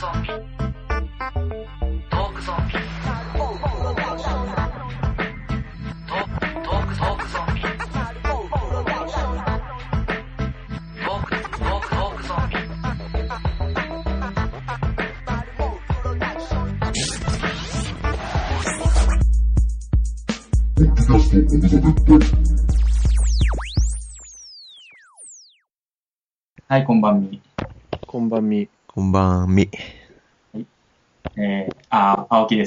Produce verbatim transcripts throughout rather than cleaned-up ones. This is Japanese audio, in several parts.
ゾンビトークゾンビトークトークトークゾンビトークトークトークゾンビはい、こんばんみ。 こんばんみ。 こんばんみ。 はい。えー、あ、青木です。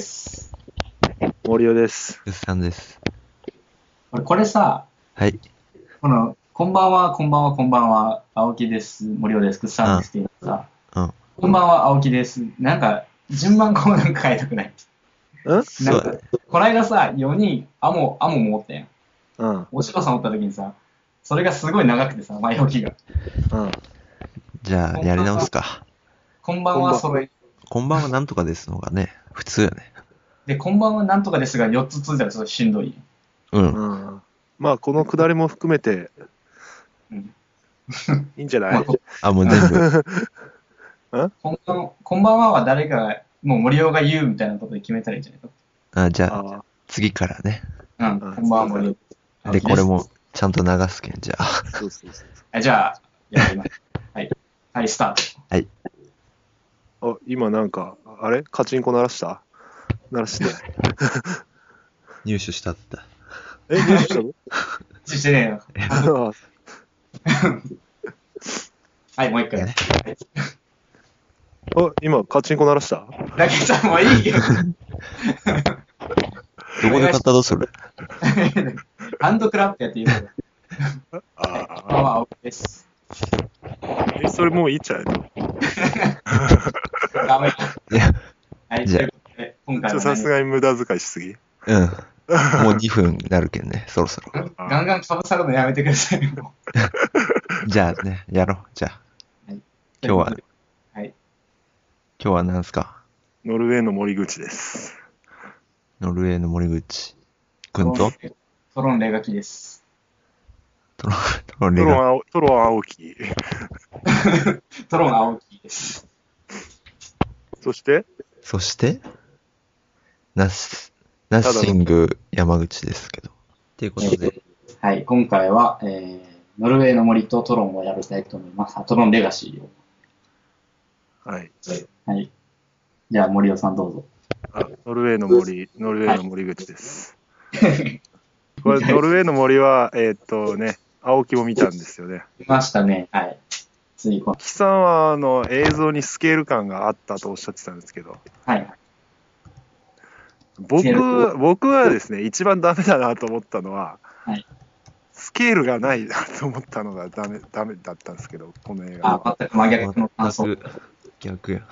森尾です。 うっさんです。 これ、これさ、 はい。 この、こんばんは、こんばんは、こんばんは、青木です、森尾です、くっさんですっていうのさ、 うん。 こんばんは、青木です。なんか、順番こうなんか変えたくない？ んなんそうか、この間さ、よにん、あも、あももおったやん。 うん。 おしろさんおった時にさ、それがすごい長くてさ、前置きが。 うん。 じゃあ、やり直すか。 こんばんは、揃え。 こんばんはなんとかですのがね、普通よね。 で、こんばんは、なんとかですが、よっつ続いたらちょっとしんどい。 うん。 うん。まあ、このくだりも含めて、 うん。 いいんじゃない？ まあ、こあ、もう全部。 こんばんこんばんはは誰かが、もう森尾が言うみたいなことで決めたらいいんじゃないか。 あ、じゃあ、 あ次からね。 うん、こんばんは森尾。 で、これもちゃんと流すけん、じゃあ。 そうそうそう。 あ、じゃあ、やります。はい。はい、スタート。 はい。 あ、今なんか、あれカチンコ鳴らした鳴らしてない。 入手したった。 え、どうしたの？ してねえよ。はい、もう一回。 ねあ、今カチンコ鳴らした？ だけどもういいよ。 どこで買ったのそれ。 ハンドクラップやっていいよ。 あはい、こんばんは、青木です。 え、それもういいっちゃないの？ ダメだ。 いや、 はい、 じゃあということで、今回もちょさすがに無駄遣いしすぎ。 うん。もうにふんになるけんね、そろそろ。 ガンガンかぶさるのやめてください。もじゃあね、やろう。じゃあ、 うはい、 今日は、 はい、 今日は何すか？ ノルウェーの森口です。 ノルウェーの森口くんとトロンレガキです。 トロトロントレガロン青トロン青木。 トロン青木です。 そしてそしてナッシナッシング山口ですけど。ということで、 はい、今回は、えー、ノルウェーの森とトロンをやりたいと思います。トロンレガシーを。 はい。 はい。じゃあ、森尾さんどうぞ。 あ、ノルウェーの森、ノルウェーの森口です。これ、ノルウェーの森は、えーっとね、青木も見たんですよね。 見ましたね。はい。次、こ木さんはあの映像にスケール感があったとおっしゃってたんですけど、 はい。 僕僕はですね、一番ダメだなと思ったのは、 はい、 スケールがないなと思ったのがダメダメだったんですけど、この映画は。 あ、全く真逆の感想。 全く逆や。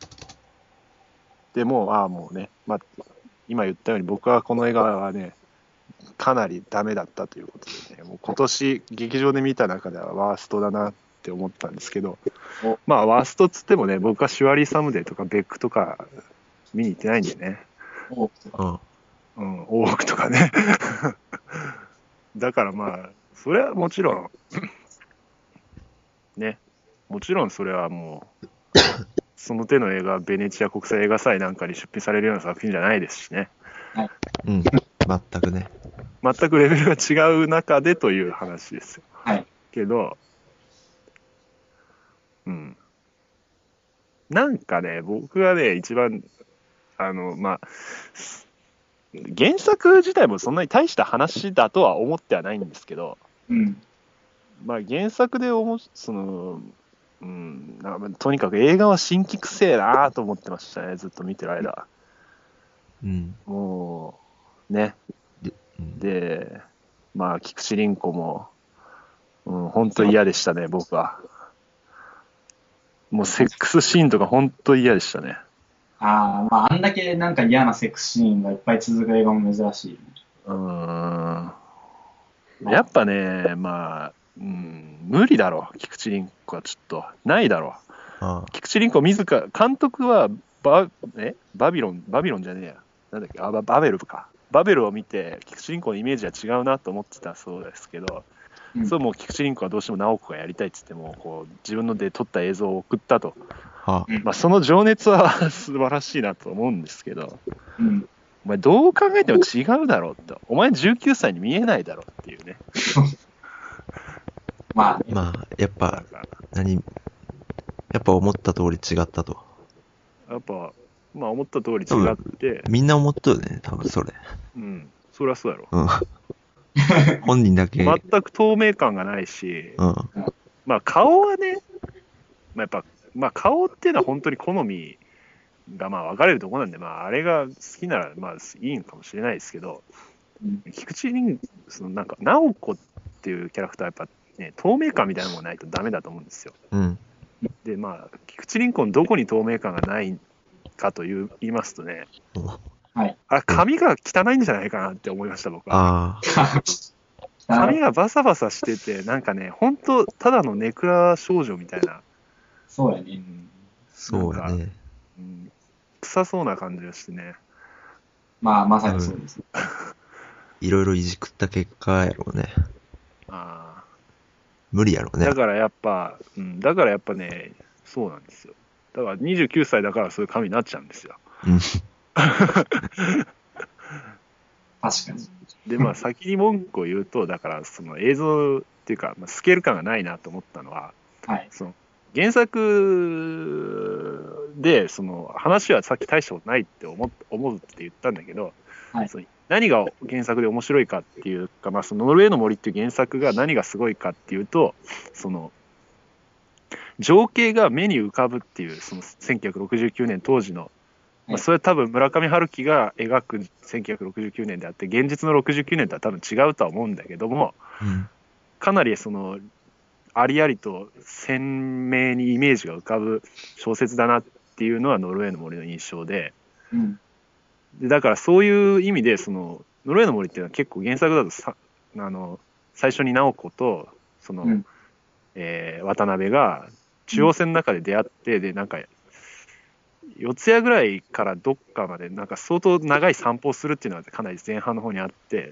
でも、ああ、もうね、まあ、今言ったように僕はこの映画はね、かなりダメだったということでね、もう今年劇場で見た中ではワーストだなって思ったんですけど、まあワーストっつってもね、僕はシュワリー・サムデーとかベックとか見に行ってないんでね。 うん。 うん、大奥とかね。だからまあ、それはもちろん、ね、もちろんそれはもう、その手の映画はベネチア国際映画祭なんかに出品されるような作品じゃないですしね。 うん。全くね。 全くレベルが違う中でという話ですよ。 はい。 けど、うん。なんかね、僕がね、一番、あの、まあ、原作自体もそんなに大した話だとは思ってはないんですけど、 うん。 まあ原作でおもその、うん、なんかとにかく映画は新規癖えなと思ってましたね、ずっと見てる間。 うん。 もう、ね。 で、うん、 で、まあ、菊池凛子も、うん、本当に嫌でしたね、僕は。もうセックスシーンとか本当に嫌でしたね。 ああ、まあ、あんだけなんか嫌なセックスシーンがいっぱい続く映画も珍しい。 うーん。やっぱね、まあ、うん、無理だろう、菊池凛子はちょっと。ないだろう。 ああ菊池凛子自ら、監督はバ、えバビロン、バビロンじゃねえや。なんだっけ、あ、ババベルか。バベルを見て、菊池凛子のイメージは違うなと思ってたそうですけど、 うん、 そうもう菊池凛子はどうしても直子がやりたいっつっても、こう自分ので撮った映像を送ったと。 はうんまあ、その情熱は素晴らしいなと思うんですけど、 うん。 お前どう考えても違うだろうって、お前じゅうきゅうさいに見えないだろうっていうね。 まあね。 まあ、やっぱなん、か何、やっぱ思った通り違ったと。 やっぱ、まあ思った通り違って、 みんな思っとるね、多分それ。 うん、そりゃそうやろ。 うん。本人だけ、 全く透明感がないし、 うん。 まあ顔はね、まあ、やっぱ、まあ顔っていうのは本当に好みがまあ分かれるところなんで、まああれが好きならまあいいのかもしれないですけど、 うん菊池凛、そのなんか、直子っていうキャラクターはやっぱね、透明感みたいなのもないとダメだと思うんですよ。 うん。 で、まあ、菊池凛子のどこに透明感がないかという言いますとね、 はい。 あ、髪が汚いんじゃないかなって思いました、僕は。 ああ、 髪がバサバサしてて、なんかね、本当ただのネクラ少女みたいな、うそうやね。 ん、 そうやね。 うん、臭そうな感じがしてね。 まあ、まさにそうです。 いろいろいじくった結果やろうね。 あ無理やろうね。 ーだからやっぱ、うん、だからやっぱね、そうなんですよ。だからにじゅうきゅうさいだからそういう髪になっちゃうんですよ。 うん。 確かに。 で、まあ先に文句を言うと、だからその映像っていうか、まあ、スケール感がないなと思ったのは、 はい。 その原作でその話はさっき大したことないって思っ思うって言ったんだけど、 はいその何が原作で面白いかっていうか、まあ、そのノルウェーの森っていう原作が何がすごいかっていうと、その情景が目に浮かぶっていうそのせんきゅうひゃくろくじゅうきゅうねん当時の、まあ、それは多分村上春樹が描くせんきゅうひゃくろくじゅうきゅうねんであって現実のろくじゅうきゅうねんとは多分違うとは思うんだけども、 うん。 かなりそのありありと鮮明にイメージが浮かぶ小説だなっていうのはノルウェーの森の印象で、 うん。 でだからそういう意味でそのノルウェーの森っていうのは結構原作だとさあの最初に直子とその、 うんえー渡辺が中央線の中で出会って、でなんか四谷ぐらいからどっかまでなんか相当長い散歩をするっていうのがかなり前半の方にあって、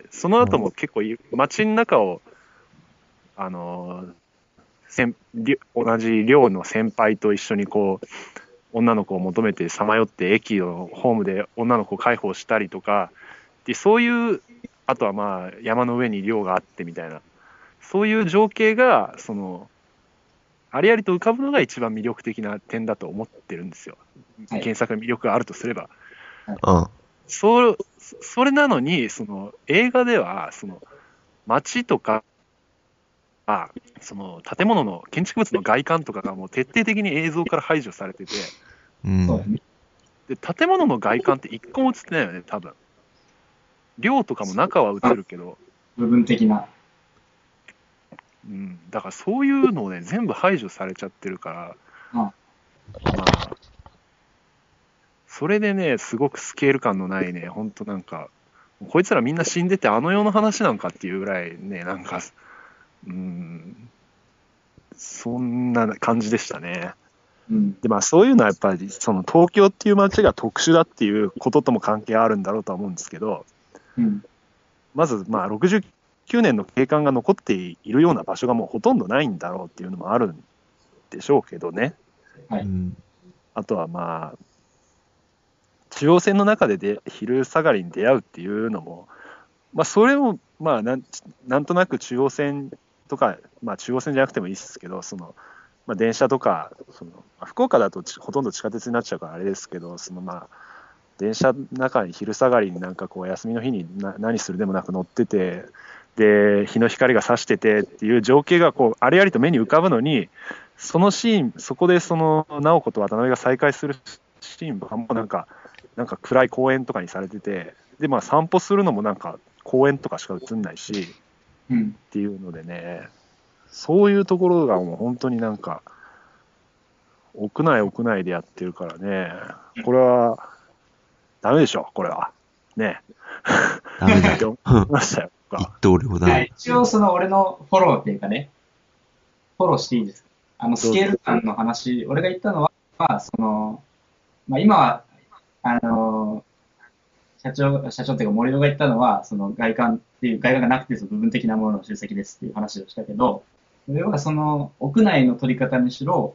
その後も結構い街の中をあの先り同じ寮の先輩と一緒にこう女の子を求めてさまよって駅のホームで女の子を介抱したりとかで、そういうあとはまあ山の上に寮があってみたいな、そういう情景がそのありありと浮かぶのが一番魅力的な点だと思ってるんですよ。 はい原作の魅力があるとすれば、 うん。 そうそれなのにその映画ではその街とかあその建物の建築物の外観とかがもう徹底的に映像から排除されてて、 うん。 そうやね。 で建物の外観って一個も映ってないよね多分。寮とかも中は映るけど、 部分的な。 うん、だからそういうのをね全部排除されちゃってるから、 うんまあそれでねすごくスケール感のないね、ほんとなんかこいつらみんな死んでてあの世の話なんかっていうぐらいね、なんかうんそんな感じでしたね。 うん。 でまあそういうのはやっぱりその東京っていう街が特殊だっていうこととも関係あるんだろうとは思うんですけど、 うん。 まずまあろくじゅうきゅうねんの景観が残っているような場所がもうほとんどないんだろうっていうのもあるんでしょうけどね。 はい。 うん。 あとはまあ中央線の中でで昼下がりに出会うっていうのも、まあ、それもまあなんなんとなく中央線とか、まあ、中央線じゃなくてもいいですけど、その、まあ、電車とかその、まあ、福岡だとほとんど地下鉄になっちゃうからあれですけど、そのまあ電車の中に昼下がりになんかこう休みの日にな何するでもなく乗ってて、で日の光が差しててっていう情景がこうありありと目に浮かぶのに、そのシーンそこでその直子と渡辺が再会するシーンがもうなんかなんか暗い公園とかにされてて、でまあ散歩するのもなんか公園とかしか映んないしうん。 っていうのでね、そういうところがもう本当になんか屋内屋内でやってるからね、これはダメでしょこれはねダメだってよ。 思いましたよ。僕一は刀両断。 一応その俺のフォローっていうかね、フォローしていいですか？あの、スケール感の話、俺が言ったのは、まあ、その、まあ今は、あの、社長、社長っていうか森尾が言ったのは、その外観っていう、外観がなくてその部分的なものの集積ですっていう話をしたけど、それはその屋内の撮り方にしろ、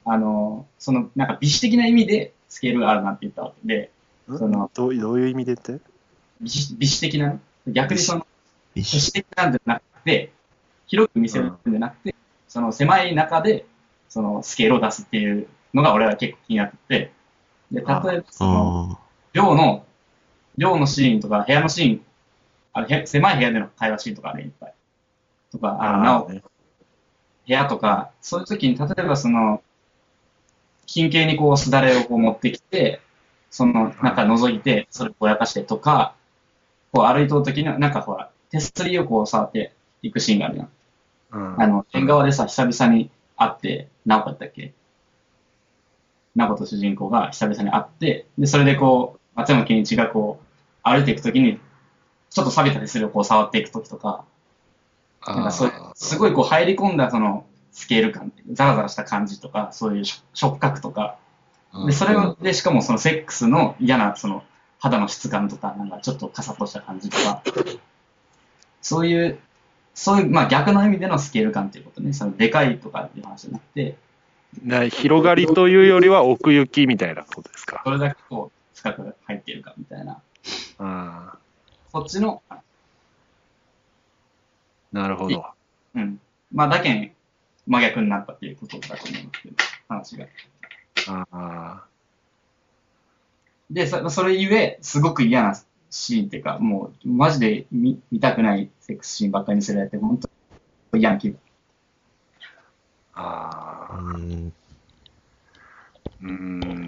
あの、その、なんか美視的な意味でスケールがあるなって言ったわけで、その、 どうどういう意味でって美視美視的な、逆にその、 美都市的なんじゃなくて、広く見せるんじゃなくて、うん、その狭い中で、そのスケールを出すっていうのが俺は結構気になってて、で、例えばその、寮の、寮のシーンとか、部屋のシーン、あの狭い部屋での会話シーンとかね、いっぱい。とか、あの、なお、ね、部屋とか、そういう時に、例えばその、近景にこう、すだれをこう持ってきて、その中覗いて、それをぼやかしてとか、こう歩いとる時には、なんかほら、手すりをこう触っていくシーンがあるやん。うん、あの、縁側でさ、久々に会って、ナオコだったっけナオコと主人公が久々に会って、で、それでこう、松山ケンイチがこう、歩いていく時に、ちょっと錆びた手すりをこう触っていく時とか、なんかそういう、すごいこう入り込んだその、スケール感、ザラザラした感じとか、そういう触覚とか、で、それで、しかもそのセックスの嫌な、その、肌の質感とか、なんかちょっとカサッとした感じとか、そういう、そういう、まあ逆の意味でのスケール感っていうことね、そのでかいとかっていう話じゃなくて、 な広がりというよりは奥行きみたいなことですか。 どれだけこう、深く入っているかみたいな。 あそっちの、 なるほど。 うん。まあだけん、真逆になったっていうことだと思うんですけど、話が。 ああ。 で、そそれゆえ、すごく嫌なシーンっていうか、もう、マジで 見, 見たくないセックスシーンばっかりにするやつ、本当に嫌な気分。 ああ。うん。うん、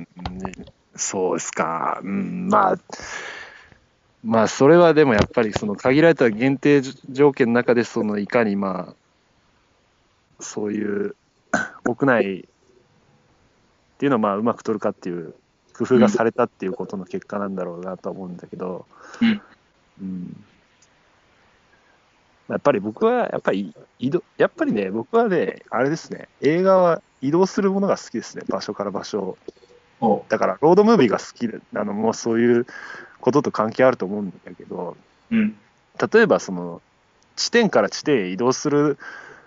そうですか。うん、まあ、まあ、それはでもやっぱり、その限られた限定条件の中で、そのいかに、まあ、そういう屋内っていうのをまあうまく取るかっていう工夫がされたっていうことの結果なんだろうなと思うんだけど、 うんうん、やっぱり僕はやっぱり移動やっぱりね僕はねあれですね、映画は移動するものが好きですね、場所から場所を。だからロードムービーが好きで、あのもうそういうことと関係あると思うんだけど、 うん、 例えばその地点から地点へ移動する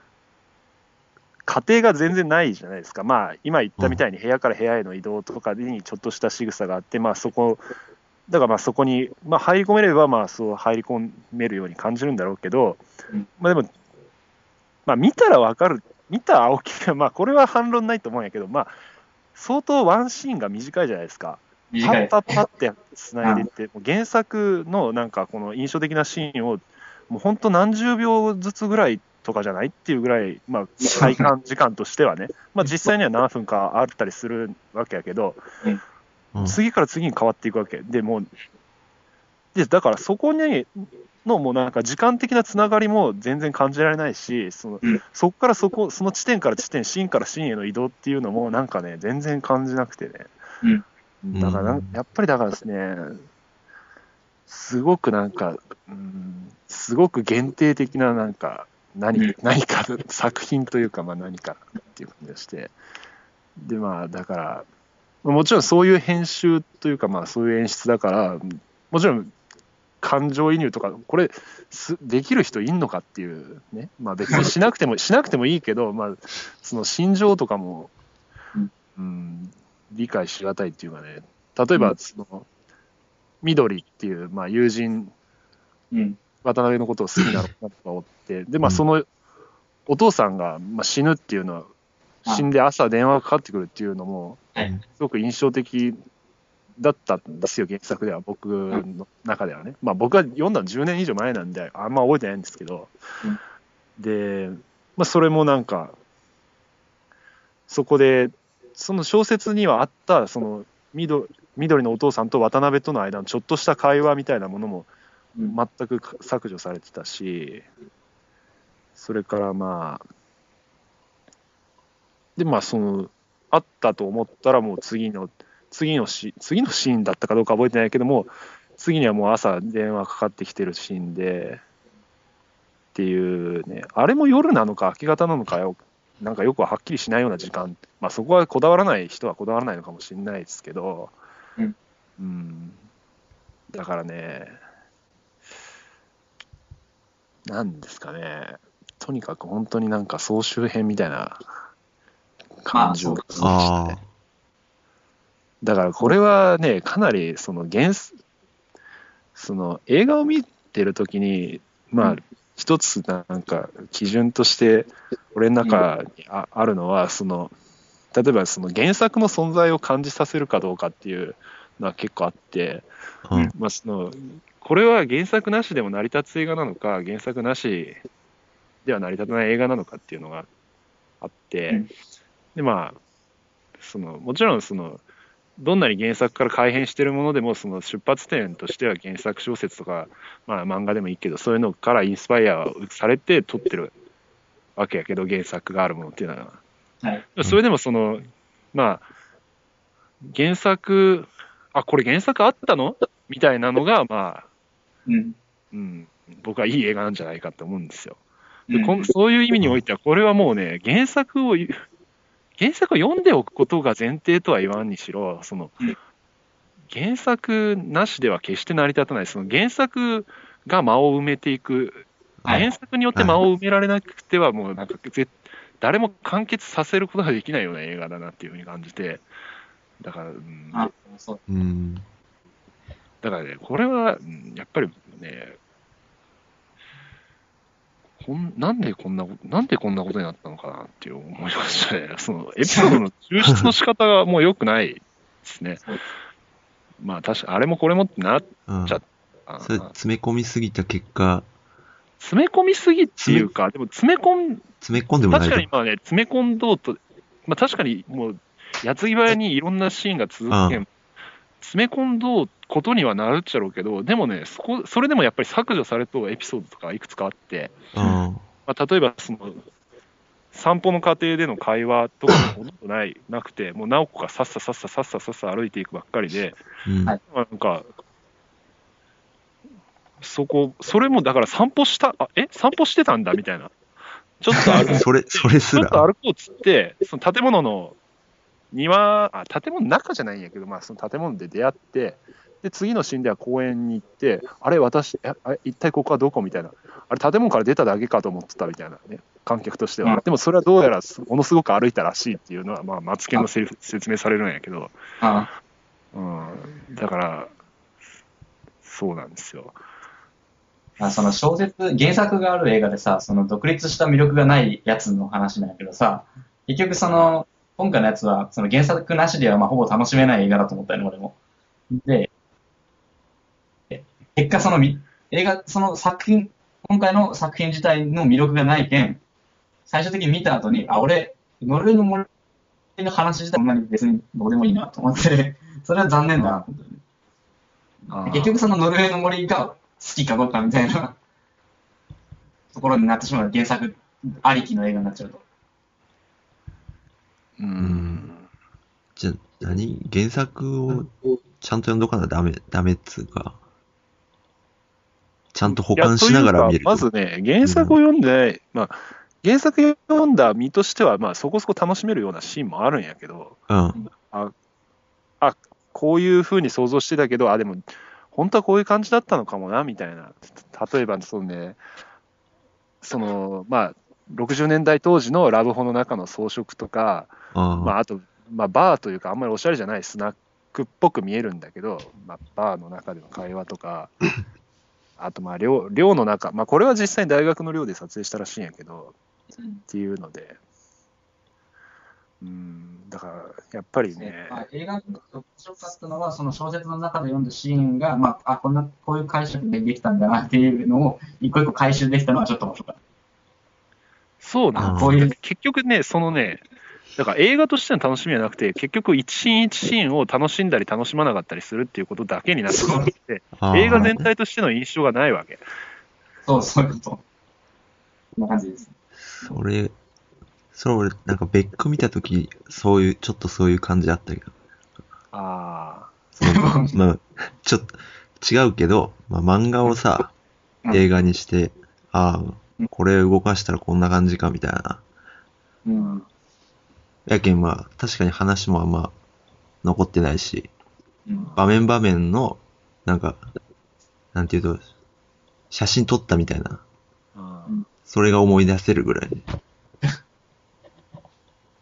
過程が全然ないじゃないですか。まあ今言ったみたいに部屋から部屋への移動とかにちょっとした仕草があって、まあそこだからまあそこに、まあ、入り込めればまあそう入り込めるように感じるんだろうけど、まあでもまあ見たらわかる、見た青木がまあこれは反論ないと思うんやけど、まあ相当ワンシーンが短いじゃないですか。パッパッパッってつないでいって、もう原作のなんかこの印象的なシーンをもう本当何十秒ずつぐらいとかじゃないっていうぐらい、まあ体感時間としてはね、まあ実際には何分かあったりするわけやけど、次から次に変わっていくわけで、もうでだからそこにのもうなんか時間的なつながりも全然感じられないし、そのそこからそこその地点から地点、シーンからシーンへの移動っていうのもなんかね全然感じなくてね。だからやっぱりだからですね、すごくなんか、うん、すごく限定的ななんか 何, 何か作品というか、まあ何かっていう感じがして、でまあだからもちろんそういう編集というか、まあそういう演出だから、もちろん感情移入とかこれすできる人いんのかっていうね、まあ別にしなくてもしなくてもいいけど、まあその心情とかも、うん、理解しがたいっていうかね、例えばその緑っていう、まあ、友人、うん、渡辺のことを好きなのかがおって、でまあそのお父さんが、まあ、死ぬっていうのは、死んで朝電話がかかってくるっていうのもすごく印象的だったんですよ、原作では、僕の中ではね。まあ僕は読んだのじゅうねん以上前なんであんま覚えてないんですけど、で、まあ、それもなんかそこでその小説にはあったその緑緑のお父さんと渡辺との間のちょっとした会話みたいなものも全く削除されてたし、それからまあでまあそのあったと思ったらもう次の次のシ次のシーンだったかどうか覚えてないけども、次にはもう朝電話かかってきてるシーンでっていうね、あれも夜なのか明け方なのかよなんかよくはっきりしないような時間、まあそこはこだわらない人はこだわらないのかもしれないですけど、うん、うん、だからね、なんですかね、とにかく本当になんか総集編みたいな感じを感じましたね。 ああ。 だからこれはね、かなりその原すその映画を見てるときに、まあ、一つなんか基準として俺の中に あ, あるのはその例えばその原作の存在を感じさせるかどうかっていうのは結構あって、 うん。 まあ、そのこれは原作なしでも成り立つ映画なのか原作なしでは成り立たない映画なのかっていうのがあって、 うん、 でまあそのもちろんそのどんなに原作から改変してるものでもその出発点としては原作小説とか、まあ、漫画でもいいけどそういうのからインスパイアされて撮ってるわけやけど原作があるものっていうのは、 はい、 それでもそのまあ原作あこれ原作あったのみたいなのがまあ、 うんうん、僕はいい映画なんじゃないかと思うんですよ。でうんこんそういう意味においてはこれはもうね原作を原作を読んでおくことが前提とは言わんにしろその原作なしでは決して成り立たないその原作が間を埋めていく原作によって間を埋められなくてはもうなんかぜ誰も完結させることができないような映画だなっていうふうに感じてだから、うん、 あそううん。 だからねこれはうんやっぱりねこんなんでこんななんでこんなことになったのかなっていう思いましたね。そのエピソードの抽出の仕方がもう良くないですね。まあ確かあれもこれもってなっうん。 ちゃった。 それ詰め込みすぎた結果、 詰め込みすぎっていうか、でも詰め込ん、 詰め込んでもない確かにまあね、詰め込んどうと、まあ確かにもう、矢継ぎ早にいろんなシーンが続くけん、詰め込んどうことにはなるっちゃろうけど、でもね、そこ、それでもやっぱり削除されとエピソードとかいくつかあって、 うん。 まあ、例えばその、散歩の過程での会話とかもほとんどない、なくて、もう直子がさっささっささっささっさ歩いていくばっかりで、 うん。 はいまあなんか、そこ、それもだから散歩した、あえ散歩してたんだみたいな。ちょっと歩こう。 それ、それすちょっとら。 歩こうっつって、その建物の庭、あ、建物の中じゃないんやけど、まあその建物で出会って、で、次のシーンでは公園に行って、あれ、私、えあれ一体ここはどこみたいな。あれ、建物から出ただけかと思ってたみたいなね、観客としては。 うんでもそれはどうやらものすごく歩いたらしいっていうのは、まあ、マツケンのセリフ説明されるんやけど、 あうん、だから、そうなんですよ。 あその小説、原作がある映画でさ、その独立した魅力がないやつの話なんやけどさ、結局その、今回のやつは、その原作なしではまあほぼ楽しめない映画だと思ったよね、俺も。で、結果そのみ映画、その作品、今回の作品自体の魅力がないけん、最終的に見た後に、あ、俺、ノルウェーの森の話自体そんなに別にどうでもいいなと思って、それは残念だなと思って。結局そのノルウェーの森が好きかどうかみたいなところになってしまう原作ありきの映画になっちゃうと。 うん。 じゃあ、何原作をちゃんと読んどかなダメ、ダメっつうか。ちゃんと保管しながら見ると。 まずね、原作を読んで、うん、まあ、原作読んだ身としては、まあ、そこそこ楽しめるようなシーンもあるんやけど、 うん。 あ、あこういう風に想像してたけど、あ、でも、本当はこういう感じだったのかもな、みたいな。例えば、そのね、その、まあ、ろくじゅうねんだい当時のラブホの中の装飾とか、 あ, まあ、あと、まあ、バーというか、あんまりおしゃれじゃないスナックっぽく見えるんだけど、まあ、バーの中での会話とか、あと、まあ寮、寮の中、まあ、これは実際に大学の寮で撮影したらしいんやけど、っていうので、うん、だから、やっぱりね。 まあ、映画が面白かったのは、その小説の中で読んだシーンが、まあ、あ、こんな、こういう解釈でできたんだなっていうのを、一個一個回収できたのはちょっと面白かった。 そうなんです、 こういう結局ね、そのね、だから映画としての楽しみはなくて、結局一シーン一シーンを楽しんだり楽しまなかったりするっていうことだけになってしまって、映画全体としての印象がないわけ。 そう、そういうこと。こんな感じです。 それ、それ俺、なんかベック見たとき、そういう、ちょっとそういう感じあったけど。 ああ。 まあ、ちょっと違うけど、まあ漫画をさ、映画にして、ああ、これ動かしたらこんな感じかみたいな。 うん。 やけん、まあ、確かに話もあんま残ってないし、 うん、 場面場面の、なんか、なんていうと、写真撮ったみたいな。 うん、 それが思い出せるぐらい。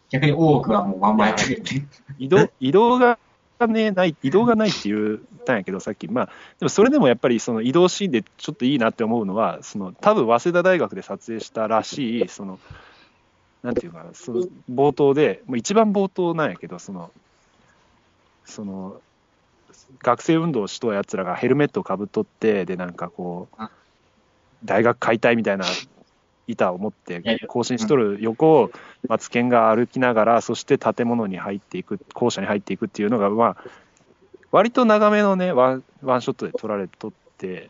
逆に多くはもうまんまやってるっていう。 移動、移動がね、ない、移動がないって言ったんやけど、さっき、まあ、でもそれでもやっぱりその移動シーンでちょっといいなって思うのは、その多分早稲田大学で撮影したらしい、その、なんていうかな、その冒頭で、もう一番冒頭なんやけど、その、その、学生運動をしとうやつらがヘルメットをかぶっとって、で、なんかこう、大学解体みたいな板を持って行進しとる横をマツケンが歩きながら、そして建物に入っていく、校舎に入っていくっていうのが、まあ、割と長めのね、ワン、ワンショットで撮られとって、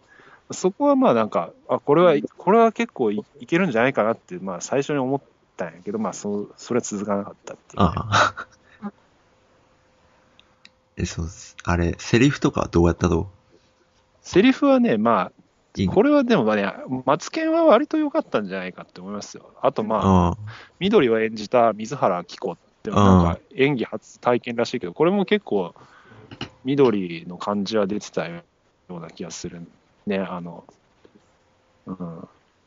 そこはまあなんか、あ、これは、これは結構 い, いけるんじゃないかなって、まあ最初に思ったんやけど、まあそう、それは続かなかったっていう、ね。 ああ。え、そうです。あれ、セリフとかどうやったと？ セリフはね、まいいあ、これはでもね、マツケンは割と良かったんじゃないかって思いますよ。あとまあ、 あ緑を演じた水原希子ってなんか演技初体験らしいけど、これも結構緑の感じは出てたような気がするね。あの、うん、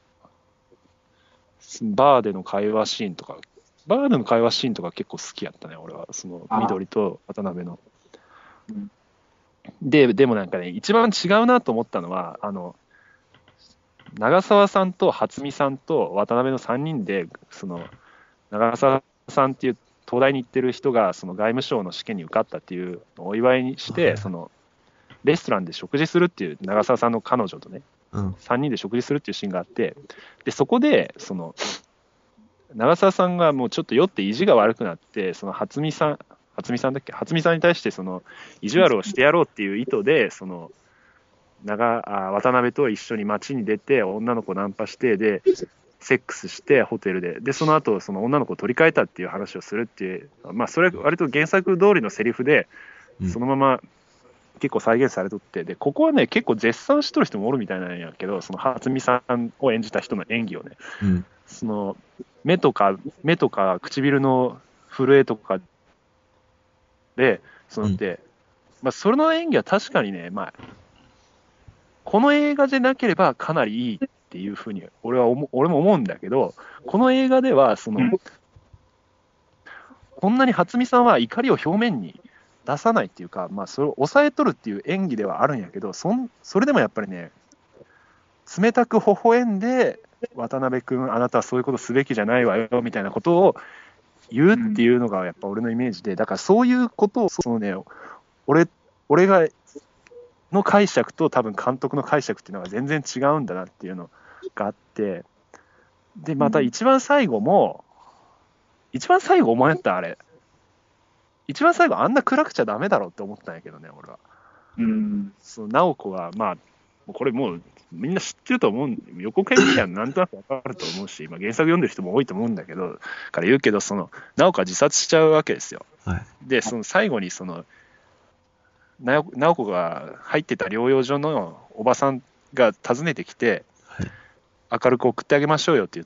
バーでの会話シーンとか、バーでの会話シーンとか結構好きやったね、俺は。その緑と渡辺の。で、でもなんかね、一番違うなと思ったのは、あの、長澤さんと初見さんと渡辺のさんにんで、その長澤さんっていう東大に行ってる人がその外務省の試験に受かったっていうのをお祝いにして、そのレストランで食事するっていう、長澤さんの彼女とね、 うん、 さんにんで食事するっていうシーンがあって、でそこでその長澤さんがもうちょっと酔って意地が悪くなって、その初見さん、初見さんだっけ、初見さんに対してその意地悪をしてやろうっていう意図で、その長あ渡辺と一緒に街に出て女の子ナンパしてでセックスしてホテルででその後その女の子を取り替えたっていう話をするっていう、まあそれ割と原作通りのセリフでそのまま結構再現されとって、でここはね結構絶賛しとる人もおるみたいなんやけど、その初見さんを演じた人の演技をね、 うん、 その目とか目とか唇の震えとかでそので、うんまあ、それの演技は確かにね、まあこの映画でなければかなりいいっていうふうに俺は思俺も思うんだけど、この映画ではそのこんなに初見さんは怒りを表面に出さないっていうか、まあ、それを抑えとるっていう演技ではあるんやけど、そんそれでもやっぱりね冷たく微笑んで渡辺君あなたはそういうことすべきじゃないわよみたいなことを言うっていうのがやっぱ俺のイメージで、だからそういうことをそのね俺俺がの解釈と多分監督の解釈っていうのが全然違うんだなっていうのがあって、でまた一番最後も、うん、一番最後思えたあれ一番最後あんな暗くちゃダメだろうって思ったんやけどね俺は、うん、その直子はまあこれもうみんな知ってると思う、予告編みたいななんとなく分かると思うし、まあ、原作読んでる人も多いと思うんだけどから言うけど、その直子は自殺しちゃうわけですよ、はい、でその最後にその直子が入ってた療養所のおばさんが訪ねてきて、はい、明るく送ってあげましょうよって言って、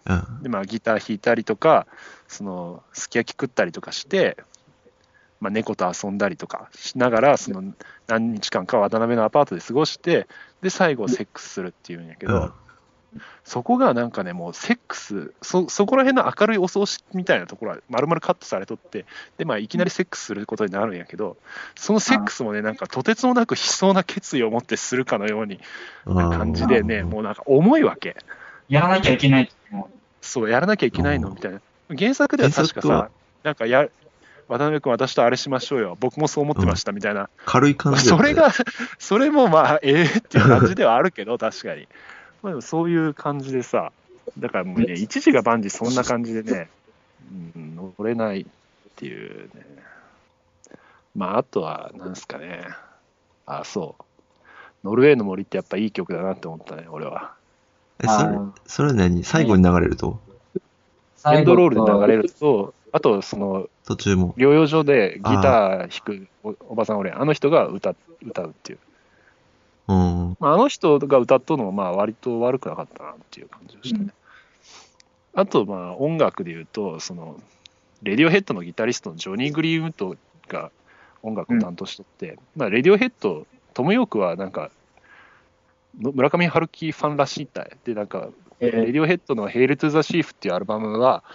うんでまあ、ギター弾いたりとかそのすき焼き食ったりとかして、まあ、猫と遊んだりとかしながらその何日間か渡辺のアパートで過ごしてで最後セックスするっていうんやけど、うんそこがなんかねもうセックス そ, そこら辺の明るいお葬式みたいなところは丸々カットされとってで、まあ、いきなりセックスすることになるんやけど、そのセックスもねなんかとてつもなく悲壮な決意を持ってするかのようにな感じでね、もうなんか重いわけ、 やらなきゃいけないそうやらなきゃいけないのみたいな。原作では確かさなんかや渡辺君私とあれしましょうよ僕もそう思ってましたみたいな、うん、 軽い感じ、 まあ、それがそれもまあええー、っていう感じではあるけど確かにまあ、でもそういう感じでさ、だからもうね、一時が万事そんな感じでね、うん、乗れないっていうね。まあ、あとは、なんですかね。あ、そう。ノルウェーの森ってやっぱいい曲だなって思ったね、俺は。 え、それ、それ何最後に流れるとエンドロールで流れると、あと、その、 途中も。 療養所でギター弾く お, おばさん俺、あの人が 歌, 歌うっていう。 うんまあ、あの人が歌っとるのもまあ割と悪くなかったなっていう感じがしたね、うん、あとまあ音楽でいうとそのレディオヘッドのギタリストのジョニー・グリーンウッドが音楽を担当しとって、うんまあ、レディオヘッドトム・ヨークはなんか村上春樹ファンらしいみたいでなんか、えー、レディオヘッドの「ヘイル・トゥ・ザ・シーフ」っていうアルバムは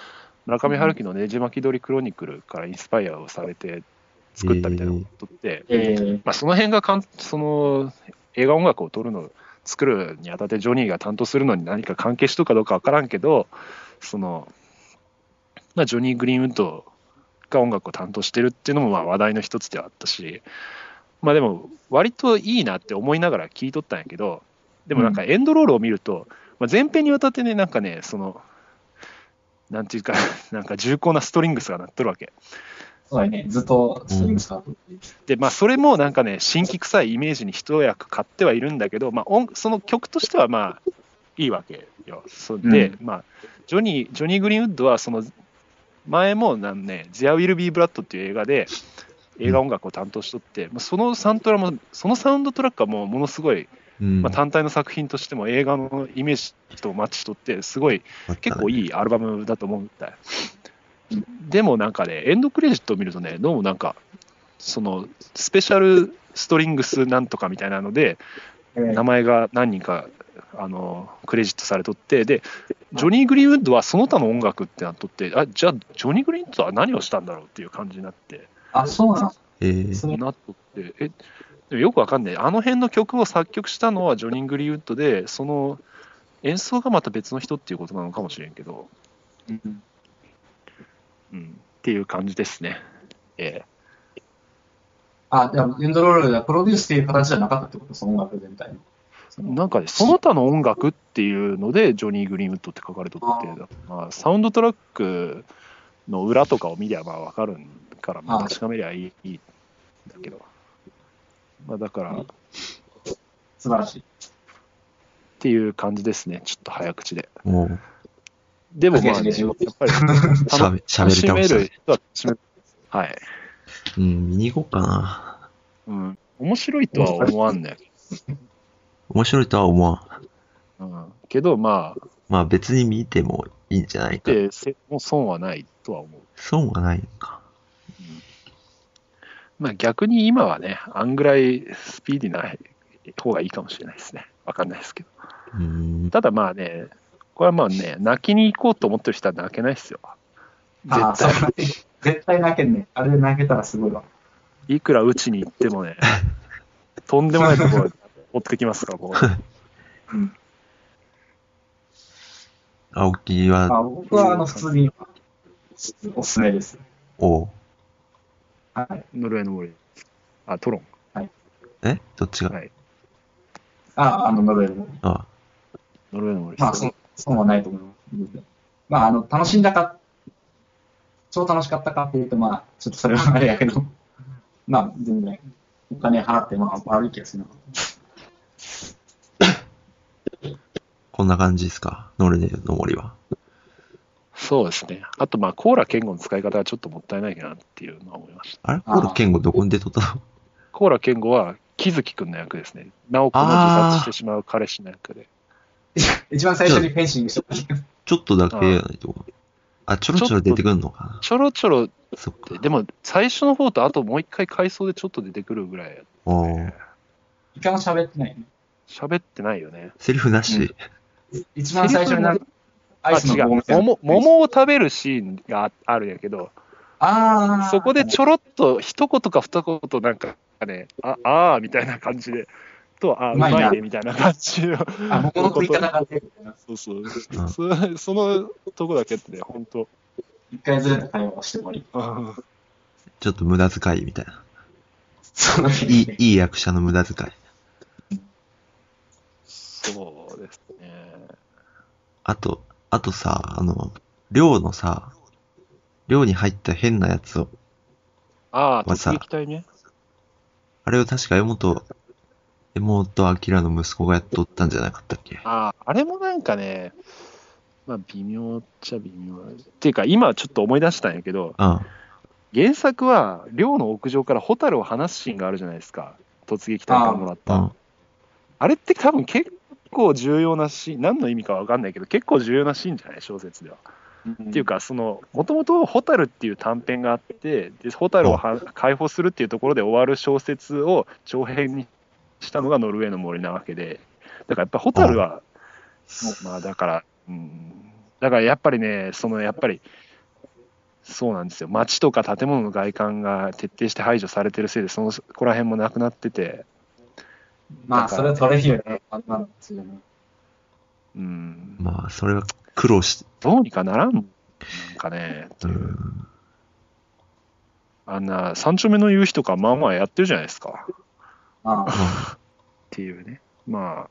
村上春樹のねじ巻き鳥クロニクルからインスパイアをされて作ったみたいなことって、 えーまあ、その辺がかんその映画音楽を撮るの作るにあたってジョニーが担当するのに何か関係しとくかどうかわからんけど、その、まあ、ジョニー・グリーンウッドが音楽を担当してるっていうのもまあ話題の一つではあったし、まあでも割といいなって思いながら聞いとったんやけど、でもなんかエンドロールを見ると、まあ、前編にわたってね、なんかね、そのなんていうかなんか重厚なストリングスが鳴っとるわけそうだね、ずっとストリングスカート。 で、まあ、それもなんかね、新規臭いイメージに一役買ってはいるんだけど、まあ、音その曲としてはまあいいわけよ。そで、 うんまあ、ジョニー、ジョニー・グリーンウッドはその前もなんね、There Will Be Blood っていう映画で映画音楽を担当しとって、まあ、そのサントラも、そのサウンドトラックはもうものすごい、 うん。 まあ、単体の作品としても映画のイメージとマッチしとって、すごい結構い。 いいアルバムだと思うんだよ。でもなんかね、エンドクレジットを見るとね、どうもなんか、そのスペシャルストリングスなんとかみたいなので、 えー名前が何人かあのクレジットされとって、で、ジョニー・グリーンウッドはその他の音楽ってなっとって、あ、じゃあ、ジョニー・グリーンウッドは何をしたんだろうっていう感じになって、 あ、そうなんえー、 それなっとって、え、でもよくわかんない。あの辺の曲を作曲したのはジョニー・グリーンウッドで、その演奏がまた別の人っていうことなのかもしれんけど、 うんうん、っていう感じですね。えーあ、でもエンドロールがプロデュースっていう形じゃなかったってこと、その音楽全体の。そのなんかね、その他の音楽っていうので、ジョニー・グリーンウッドって書かれとって、まあ、サウンドトラックの裏とかを見りゃまあ分かるから、まあ、確かめりゃいいいいんだけど、まあ、だから、っ素晴らしい。 ていう感じですね、ちょっと早口で。 もう、 でもまあ、ね、 しげしげやっぱりしゃべ、しゃべり楽しめ倒したる。人は楽しめる。はい。 うん、見に行こうかな。 うん。面白いとは思わんね。 面白いとは思わん。 うん。けど、まあ、 まあ別に見てもいいんじゃないか。 で、せもう損はないとは思う。 損はないのか。 まあ逆に今はね、あんぐらいスピーディーな方がいいかもしれないですね。わかんないですけど。 うーん。 ただまあね、これはまあね、泣きに行こうと思ってる人は泣けないですよ。 あ絶対。 そう絶対泣けんね。あれで泣けたらすごいわ。 いくら打ちに行ってもね、とんでもないところに持ってきますから、こう。 うん青木は、 あ僕はあの普通におすすめです。 おう。 はい。 ノルウェーの森。あ、トロン。 えどっちが、 はい。 あ、あのノベルも。 あノルウェーの森。 まあ、そ損はないと思います。まあ、あの、楽しんだか、超楽しかったかっていうと、まあ、ちょっとそれはあれやけど、まあ、全然、お金払って、まあ、悪い気がするな。 こんな感じですか、ノルネの森は。 そうですね。あと、まあ、コーラ健吾の使い方がちょっともったいないかなっていうのは思いました。 あれコーラ健吾どこに出とったの？ コーラ健吾は、木月くんの役ですね。直子の自殺してしまう彼氏の役で。 一番最初にフェンシングしてました。 ちょっとだけやないと。あ、ちょろちょろ出てくるのかな。 ちょろちょろそっか。 でも、最初の方とあともう一回回想でちょっと出てくるぐらい。 おー一回も喋ってないね。 喋ってないよね。 セリフなし。 一番最初になんか、アあ、 イスの違う。 棒みたいな。 桃、桃を食べるシーンがああるんやけど、 ああ。 そこでちょろっと一言か二言なんかね、ああーみたいな感じで、と、あうまうまいないねみたいな感じの。 あ、桃の食い方が出るみたいな。 そうそう。そそのとこだけってね、ほんと。 一回ずれた会話をしてもらい。 うんちょっと無駄遣いみたいな。 そうだいい、いい役者の無駄遣い。 そうですね。 あと、あとさ、あの、寮のさ、寮に入った変なやつを、 ああ、 まあさ突撃隊ね。 あれを確か妹、妹明の息子がやっとったんじゃなかったっけ？ ああ、あれもなんかね、まあ微妙っちゃ微妙。っていうか、今ちょっと思い出したんやけど、 うん。 原作は寮の屋上からホタルを放すシーンがあるじゃないですか。突撃隊からもらった。 うん。 あれって多分結構重要なシーン、何の意味かわかんないけど、結構重要なシーンじゃない小説では。っていうか、その、もともとホタルっていう短編があって、でホタルをは解放するっていうところで終わる小説を長編にしたのがノルウェーの森なわけで、だからやっぱホタルは、まあだから、うん、だからやっぱりね、そのやっぱり、 そうなんですよ。街とか建物の外観が徹底して排除されてるせいで、そのそこら辺もなくなってて、 まあ、それは取れるよね。あんなの強いね。 うん、 まあ、それは苦労し、 どうにかならんなんかね、 うん、 あんな三丁目の夕日とかまあまあやってるじゃないですか。 ああ、 っていうね。まあ、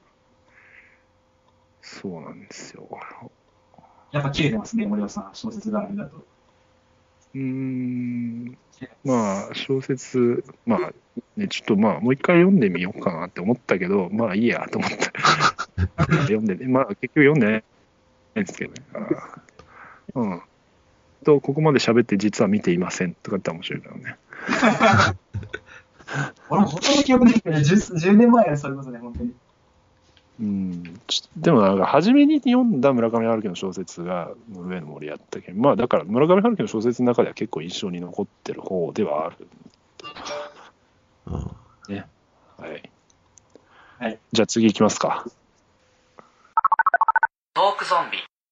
そうなんですよ。 やっぱ切れてますね、森尾さん、小説絡みだと。 うーん、まあ、小説、まあ、ね、ちょっとまあ、もう一回読んでみようかなって思ったけど、まあいいやと思って読んでね、まあ結局読んでないんですけどね。あうん。と、ここまで喋って実は見ていませんとかって面白いからね。 俺もほとんど記憶ないけど、じゅう, じゅうねんまえやそれこそね、本当に。 うん、ちでもなんか初めに読んだ村上春樹の小説が上野森やったけど、まあだから村上春樹の小説の中では結構印象に残ってる方ではある。 うん、 ね。はい。 はい。 じゃあ次行きますか。 トークゾンビ。